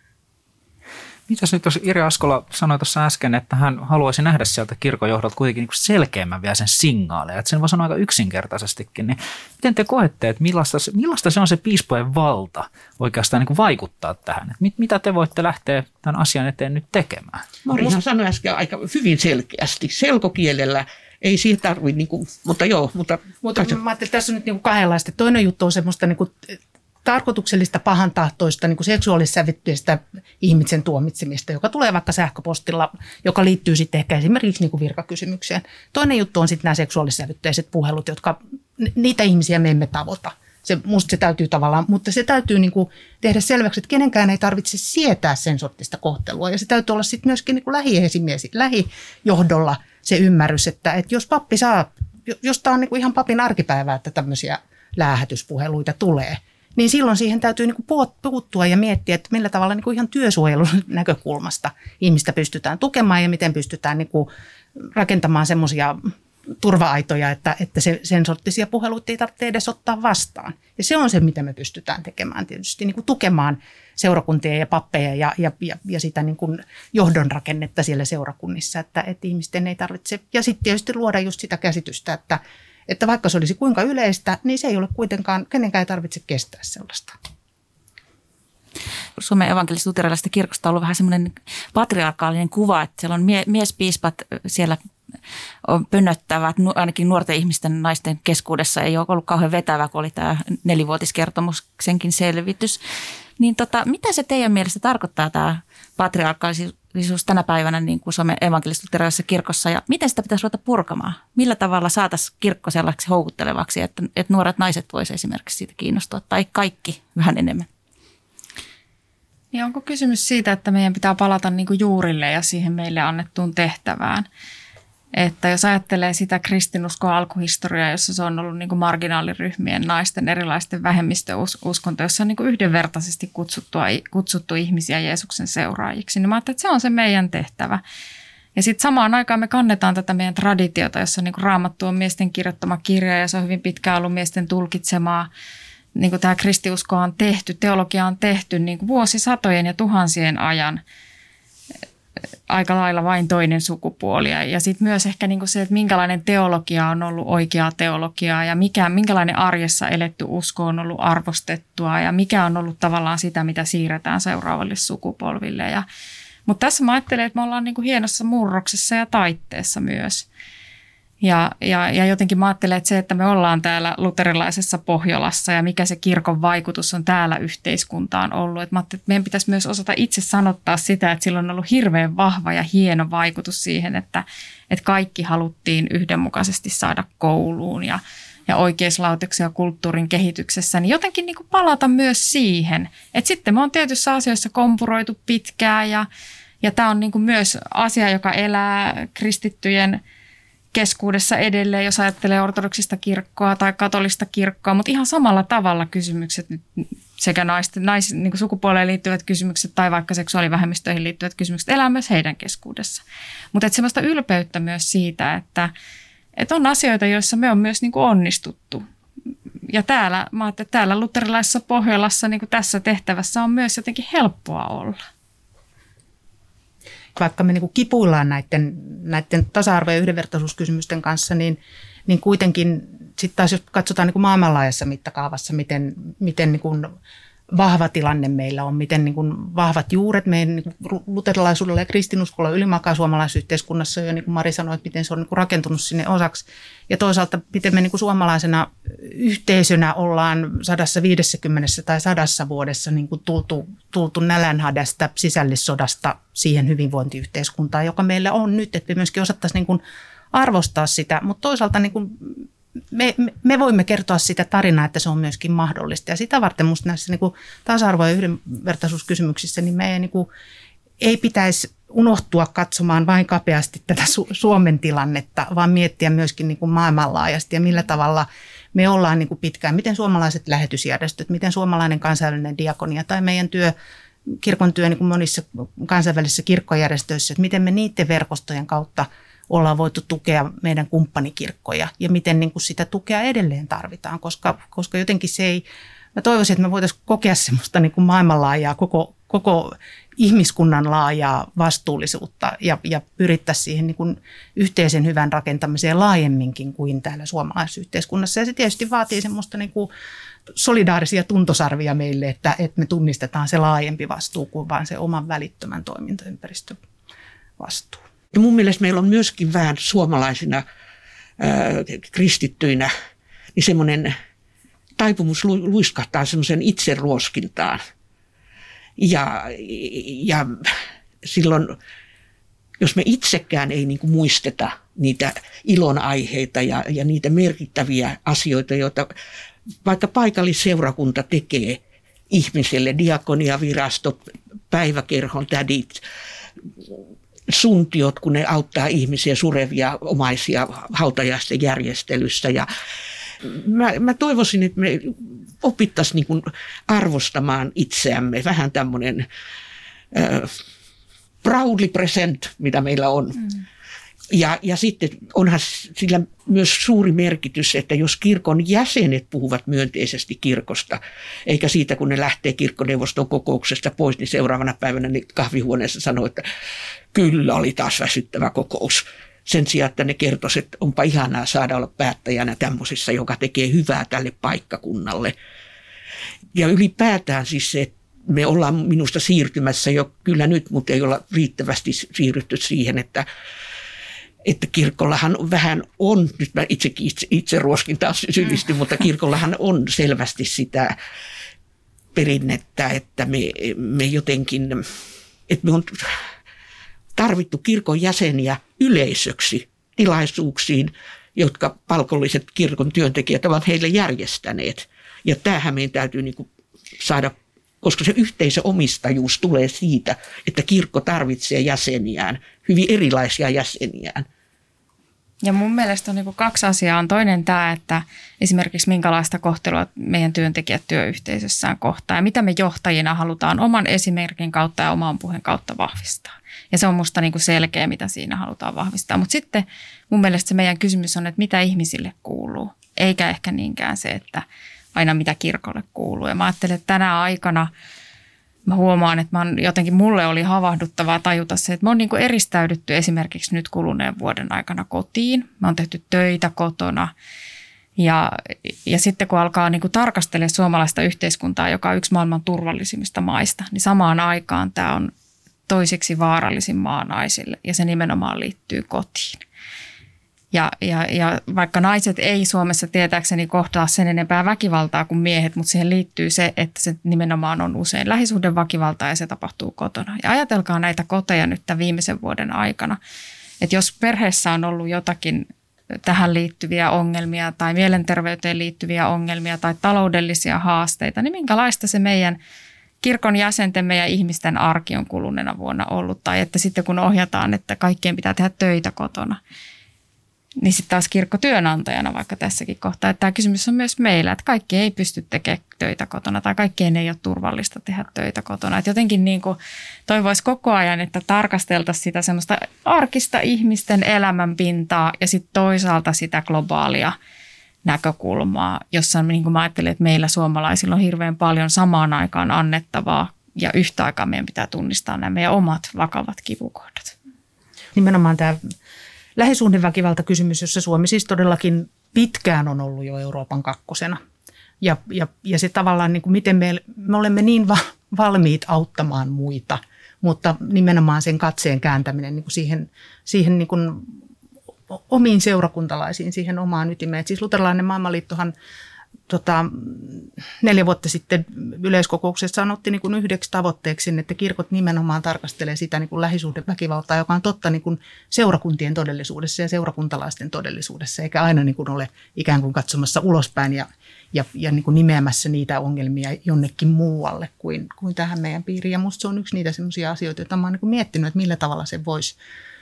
Mitäs nyt, jos Ire Askola sanoi tuossa äsken, että hän haluaisi nähdä sieltä kirkonjohdolta kuitenkin niin selkeämmän vielä sen signaaleja, että sen voi sanoa aika yksinkertaisestikin, niin miten te koette, että millaista, millaista se on se piispojen valta oikeastaan niin kuin vaikuttaa tähän? Että mit, mitä te voitte lähteä tämän asian eteen nyt tekemään? Marihan sanoi äsken aika hyvin selkeästi, selkokielellä. Ei siihen tarvitse, niin kuin, mutta joo. Mutta, mutta mä ajattelin, että tässä on nyt niin kuin kahdenlaista. Toinen juttu on semmoista niin kuin tarkoituksellista pahantahtoista niin kuin seksuaalissävytteistä ihmisen tuomitsemista, joka tulee vaikka sähköpostilla, joka liittyy sitten ehkä esimerkiksi niin kuin virkakysymykseen. Toinen juttu on sitten nämä seksuaalissävytteiset puhelut, jotka niitä ihmisiä me emme tavoita. Se, musta se täytyy tavallaan, mutta se täytyy niin kuin tehdä selväksi, että kenenkään ei tarvitse sietää sen sortista kohtelua. Ja se täytyy olla sitten myöskin niin kuin lähiesimiesi, lähijohdolla se ymmärrys, että, että jos pappi saa, jos tämä on niin kuin ihan papin arkipäivää, että tämmöisiä läähätyspuheluita tulee, niin silloin siihen täytyy niin kuin puuttua ja miettiä, että millä tavalla niin kuin ihan työsuojelun näkökulmasta ihmistä pystytään tukemaan ja miten pystytään niin kuin rakentamaan semmoisia turva-aitoja, että, että se, sen sorttisia puheluita ei tarvitse edes ottaa vastaan. Ja se on se, mitä me pystytään tekemään tietysti, niin kuin tukemaan seurakuntia ja pappeja ja, ja, ja, ja sitä niin kuin johdon rakennetta siellä seurakunnissa, että, että ihmisten ei tarvitse. Ja sitten tietysti luoda just sitä käsitystä, että, että vaikka se olisi kuinka yleistä, niin se ei ole kuitenkaan, kenenkään ei tarvitse kestää sellaista. Suomen evankelis-luterilaisesta kirkosta on ollut vähän semmoinen patriarkaalinen kuva, että siellä on mie- miespiispat siellä pönnöttävät, ainakin nuorten ihmisten naisten keskuudessa ei ole ollut kauhean vetävä, kun oli tämä nelivuotiskertomuksenkin selvitys. Niin tota, mitä se teidän mielestä tarkoittaa tämä patriarkaalisuus tänä päivänä niin kuin Suomen evankelis-luterilaisessa kirkossa ja miten sitä pitäisi ruveta purkamaan? Millä tavalla saataisiin kirkko sellaiseksi houkuttelevaksi, että, että nuoret naiset voisivat esimerkiksi siitä kiinnostua tai kaikki vähän enemmän? Niin onko kysymys siitä, että meidän pitää palata niin kuin juurille ja siihen meille annettuun tehtävään? Että jos ajattelee sitä kristinuskon alkuhistoriaa, jossa se on ollut niin kuin marginaaliryhmien, naisten, erilaisten vähemmistöuskontoja, jossa on niin kuin yhdenvertaisesti kutsuttu ihmisiä Jeesuksen seuraajiksi, niin mä ajattelin, että se on se meidän tehtävä. Ja sitten samaan aikaan me kannetaan tätä meidän traditiota, jossa niin kuin Raamattu on miesten kirjoittama kirja ja se on hyvin pitkään ollut miesten tulkitsemaa. Niin kuin tämä kristiusko on tehty, teologia on tehty niin kuin vuosisatojen ja tuhansien ajan aika lailla vain toinen sukupuoli. Ja sitten myös ehkä niin kuin se, että minkälainen teologia on ollut oikeaa teologiaa ja mikä, minkälainen arjessa eletty usko on ollut arvostettua ja mikä on ollut tavallaan sitä, mitä siirretään seuraavalle sukupolville. Ja, mutta tässä mä ajattelen, että me ollaan niin kuin hienossa murroksessa ja taitteessa myös. Ja, ja, ja jotenkin mä ajattelen, että se, että me ollaan täällä luterilaisessa Pohjolassa ja mikä se kirkon vaikutus on täällä yhteiskuntaan ollut. Että mä ajattelen, että meidän pitäisi myös osata itse sanottaa sitä, että sillä on ollut hirveän vahva ja hieno vaikutus siihen, että, että kaikki haluttiin yhdenmukaisesti saada kouluun ja, ja oikeuslaitoksen ja kulttuurin kehityksessä. Niin jotenkin niin kuin palata myös siihen, että sitten me on tietyissä asioissa kompuroitu pitkään ja, ja tämä on niin kuin myös asia, joka elää kristittyjen keskuudessa edelleen, jos ajattelee ortodoksista kirkkoa tai katolista kirkkoa, mutta ihan samalla tavalla kysymykset nyt sekä naisten, nais, niin kuin sukupuoleen liittyvät kysymykset tai vaikka seksuaalivähemmistöihin liittyvät kysymykset elää myös heidän keskuudessa. Mutta semmoista ylpeyttä myös siitä, että, että on asioita, joissa me on myös niin kuin onnistuttu. Ja täällä, mä että täällä luterilaisessa Pohjolassa niin kuin tässä tehtävässä on myös jotenkin helppoa olla. Vaikka me niin kuin kipuillaan näiden, näiden tasa-arvo- ja yhdenvertaisuuskysymysten kanssa, niin, niin kuitenkin sitten taas jos katsotaan niin kuin maailmanlaajassa mittakaavassa, miten, miten niin kuin vahva tilanne meillä on, miten niin kuin vahvat juuret meidän niin kuin luterilaisuudella ja kristinuskolla ylimakaa suomalaisessa yhteiskunnassa, ja niin kuin Mari sanoi, että miten se on niin kuin rakentunut sinne osaksi. Ja toisaalta miten me niin kuin suomalaisena yhteisönä ollaan sadassa viidessäkymmenessä tai sadassa vuodessa niin kuin tultu, tultu nälänhädästä, sisällissodasta siihen hyvinvointiyhteiskuntaan, joka meillä on nyt, että me myöskin osattaisiin niin kuin arvostaa sitä, mutta toisaalta niin kuin Me, me voimme kertoa sitä tarinaa, että se on myöskin mahdollista. Ja sitä varten minusta näissä niin kuin tasa-arvo- ja yhdenvertaisuuskysymyksissä niin me ei, niin kuin, ei pitäisi unohtua katsomaan vain kapeasti tätä Su- Suomen tilannetta, vaan miettiä myöskin niin kuin maailmanlaajasti ja millä tavalla me ollaan niin kuin pitkään. Miten suomalaiset lähetysjärjestöt, miten suomalainen kansainvälinen diakonia tai meidän työ, kirkon työ niin kuin monissa kansainvälisissä kirkkojärjestöissä, että miten me niiden verkostojen kautta ollaan voitu tukea meidän kumppanikirkkoja ja miten niin kuin sitä tukea edelleen tarvitaan, koska, koska jotenkin se ei, mä toivoisin, että me voitaisiin kokea semmoista niin kuin maailmanlaajaa, koko, koko ihmiskunnan laajaa vastuullisuutta ja, ja pyrittäisiin siihen niin kuin yhteisen hyvän rakentamiseen laajemminkin kuin täällä suomalaisessa yhteiskunnassa. Ja se tietysti vaatii semmoista niin kuin solidaarisia tuntosarvia meille, että, että me tunnistetaan se laajempi vastuu kuin vaan se oman välittömän toimintaympäristön vastuu. Ja mun mielestä meillä on myöskin vähän suomalaisina ää, kristittyinä niin semmoinen taipumus luiskahtaa semmoisen itseruoskintaan. Ja, ja silloin, jos me itsekään ei niin kuin muisteta niitä ilonaiheita ja, ja niitä merkittäviä asioita, joita vaikka paikallisseurakunta tekee ihmiselle, diakoniavirastot, päiväkerhon tädit, suntiot, kun ne auttaa ihmisiä, surevia omaisia hautajaisten järjestelyssä. Ja mä, mä toivoisin, että me opittaisiin niin kuin arvostamaan itseämme. Vähän tämmöinen äh, proudly present, mitä meillä on. Mm. Ja, ja sitten onhan sillä myös suuri merkitys, että jos kirkon jäsenet puhuvat myönteisesti kirkosta, eikä siitä, kun ne lähtee kirkkoneuvoston kokouksesta pois, niin seuraavana päivänä ne kahvihuoneessa sanoo, että kyllä oli taas väsyttävä kokous. Sen sijaan, että ne kertoisivat, että onpa ihanaa saada olla päättäjänä tämmöisessä, joka tekee hyvää tälle paikkakunnalle. Ja ylipäätään siis se, että me ollaan minusta siirtymässä jo kyllä nyt, mutta ei olla riittävästi siirrytty siihen, että että kirkollahan vähän on, nyt mä itsekin itse, itse ruoskin taas syyllistyn, mutta kirkollahan on selvästi sitä perinnettä, että me, me jotenkin, että me on tarvittu kirkon jäseniä yleisöksi tilaisuuksiin, jotka palkolliset kirkon työntekijät ovat heille järjestäneet. Ja tämähän meidän täytyy niin kuin saada, koska se yhteisöomistajuus tulee siitä, että kirkko tarvitsee jäseniään, hyvin erilaisia jäseniään. Ja mun mielestä on niin kuin kaksi asiaa. On toinen tämä, että esimerkiksi minkälaista kohtelua meidän työntekijät työyhteisössään kohtaa ja mitä me johtajina halutaan oman esimerkin kautta ja oman puheen kautta vahvistaa. Ja se on musta niin kuin selkeä, mitä siinä halutaan vahvistaa. Mutta sitten mun mielestä se meidän kysymys on, että mitä ihmisille kuuluu, eikä ehkä niinkään se, että aina mitä kirkolle kuuluu. Ja mä ajattelen, että tänä aikana mä huomaan, että mä on, jotenkin mulle oli havahduttavaa tajuta se, että me on niin kuin eristäydytty esimerkiksi nyt kuluneen vuoden aikana kotiin. Me on tehty töitä kotona ja, ja sitten kun alkaa niin kuin tarkastella suomalaista yhteiskuntaa, joka on yksi maailman turvallisimmista maista, niin samaan aikaan tämä on toiseksi vaarallisin maa naisille ja se nimenomaan liittyy kotiin. Ja, ja, ja vaikka naiset ei Suomessa tietääkseni kohtaa sen enempää väkivaltaa kuin miehet, mutta siihen liittyy se, että se nimenomaan on usein lähisuhdeväkivaltaa ja se tapahtuu kotona. Ja ajatelkaa näitä koteja nyt tämän viimeisen vuoden aikana, että jos perheessä on ollut jotakin tähän liittyviä ongelmia tai mielenterveyteen liittyviä ongelmia tai taloudellisia haasteita, niin minkälaista se meidän kirkon jäsentemme ja ihmisten arki on kuluneena vuonna ollut. Tai että sitten kun ohjataan, että kaikkien pitää tehdä töitä kotona, niin sitten taas kirkko työnantajana vaikka tässäkin kohtaa. Että tämä kysymys on myös meillä, että kaikki ei pysty tekemään töitä kotona tai kaikkien ei ole turvallista tehdä töitä kotona. Että jotenkin niin kuin toivoisi koko ajan, että tarkasteltaisiin sitä semmoista arkista ihmisten elämänpintaa ja sitten toisaalta sitä globaalia näkökulmaa, jossa niin kuin mä ajattelin, että meillä suomalaisilla on hirveän paljon samaan aikaan annettavaa ja yhtä aikaa meidän pitää tunnistaa nämä meidän omat vakavat kipukohdat. Nimenomaan tämä lähisuhdeväkivaltakysymys, jossa Suomi siis todellakin pitkään on ollut jo Euroopan kakkosena. Ja, ja, ja se tavallaan, niin kuin miten me, me olemme niin va, valmiit auttamaan muita, mutta nimenomaan sen katseen kääntäminen niin kuin siihen, siihen niin kuin omiin seurakuntalaisiin, siihen omaan ytimeen. Et siis Luterilainen maailmanliittohan tota, neljä vuotta sitten yleiskokouksessa otti niin kuin yhdeksi tavoitteeksi, että kirkot nimenomaan tarkastelee sitä niin kuin lähisuhdeväkivaltaa, joka on totta niin kuin seurakuntien todellisuudessa ja seurakuntalaisten todellisuudessa, eikä aina niin kuin ole ikään kuin katsomassa ulospäin ja, ja, ja niin kuin nimeämässä niitä ongelmia jonnekin muualle kuin, kuin tähän meidän piiriin. Ja musta se on yksi niitä sellaisia asioita, joita mä oon niin kuin miettinyt, että millä tavalla se voisi,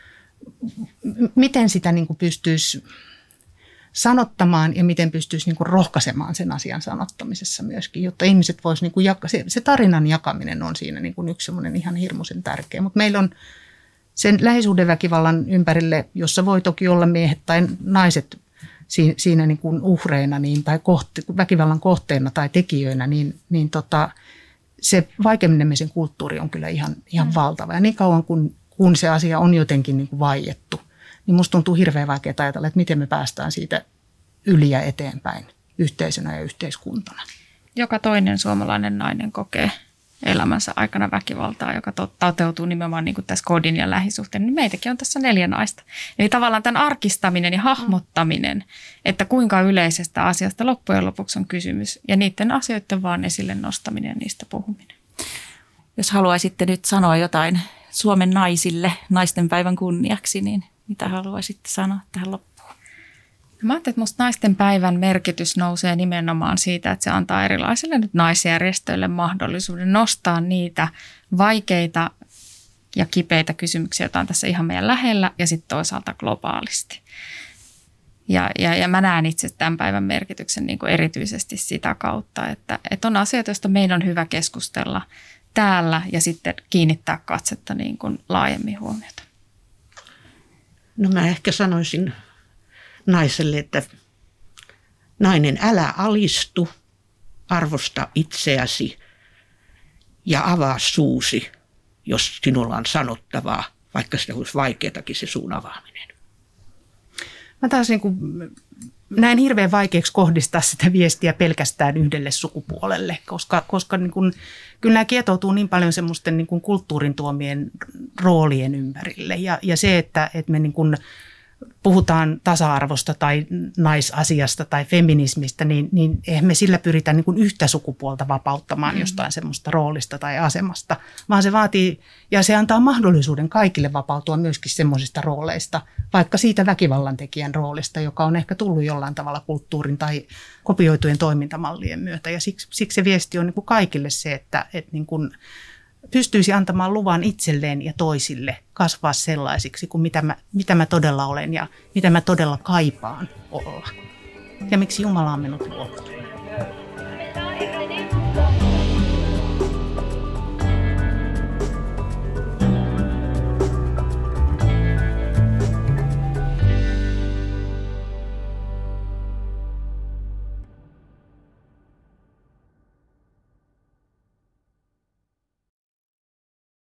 miten sitä niin kuin pystyisi sanottamaan ja miten pystyisi niin kuin rohkaisemaan sen asian sanottamisessa myöskin, jotta ihmiset voisivat, niin kuin jaka- se, se tarinan jakaminen on siinä niin kuin yksi semmoinen ihan hirmuisen tärkeä. Mutta meillä on sen lähisuhdeväkivallan ympärille, jossa voi toki olla miehet tai naiset siinä, siinä niin kuin uhreina niin, tai kohte, väkivallan kohteena tai tekijöinä, niin, niin tota, se vaikenemisen kulttuuri on kyllä ihan, ihan mm. valtava. Ja niin kauan kun, kun se asia on jotenkin niin kuin vaiettu, niin musta tuntuu hirveän vaikea ajatella, että miten me päästään siitä yli ja eteenpäin yhteisönä ja yhteiskuntana. Joka toinen suomalainen nainen kokee elämänsä aikana väkivaltaa, joka toteutuu nimenomaan niin kuin tässä kodin ja lähisuhteen. Niin meitäkin on tässä neljä naista. Eli tavallaan tämän arkistaminen ja hahmottaminen, että kuinka yleisestä asiasta loppujen lopuksi on kysymys. Ja niiden asioiden vaan esille nostaminen ja niistä puhuminen. Jos haluaisitte nyt sanoa jotain Suomen naisille naisten päivän kunniaksi, niin mitä haluaisitte sanoa tähän loppuun? Mä ajattelin, että musta naisten päivän merkitys nousee nimenomaan siitä, että se antaa erilaisille nyt naisjärjestöille mahdollisuuden nostaa niitä vaikeita ja kipeitä kysymyksiä, joita on tässä ihan meidän lähellä ja sitten toisaalta globaalisti. Ja, ja, ja mä näen itse tämän päivän merkityksen niin kuin erityisesti sitä kautta, että, että on asioita, joista meidän on hyvä keskustella täällä ja sitten kiinnittää katsetta niin kuin laajemmin huomiota. No mä ehkä sanoisin naiselle, että nainen, älä alistu, arvosta itseäsi ja avaa suusi, jos sinulla on sanottavaa, vaikka sitä olisi vaikeatakin se suun avaaminen. Mä taas niin kuin näen hirveän vaikeaksi kohdistaa sitä viestiä pelkästään yhdelle sukupuolelle, koska, koska niin kuin, kyllä nämä kietoutuu niin paljon semmoisten niin kuin kulttuurin tuomien roolien ympärille. Ja, ja se, että, että me niin kuin puhutaan tasa-arvosta tai naisasiasta tai feminismistä, niin, niin eihän me sillä pyritä niin kuin yhtä sukupuolta vapauttamaan mm. jostain semmoista roolista tai asemasta, vaan se vaatii ja se antaa mahdollisuuden kaikille vapautua myöskin semmoisista rooleista, vaikka siitä väkivallantekijän roolista, joka on ehkä tullut jollain tavalla kulttuurin tai kopioitujen toimintamallien myötä. Ja siksi, siksi se viesti on niin kuin kaikille se, että, että niin kuin pystyisi antamaan luvan itselleen ja toisille kasvaa sellaisiksi kuin mitä mä, mitä mä todella olen ja mitä mä todella kaipaan olla. Ja miksi Jumala on minut luonut.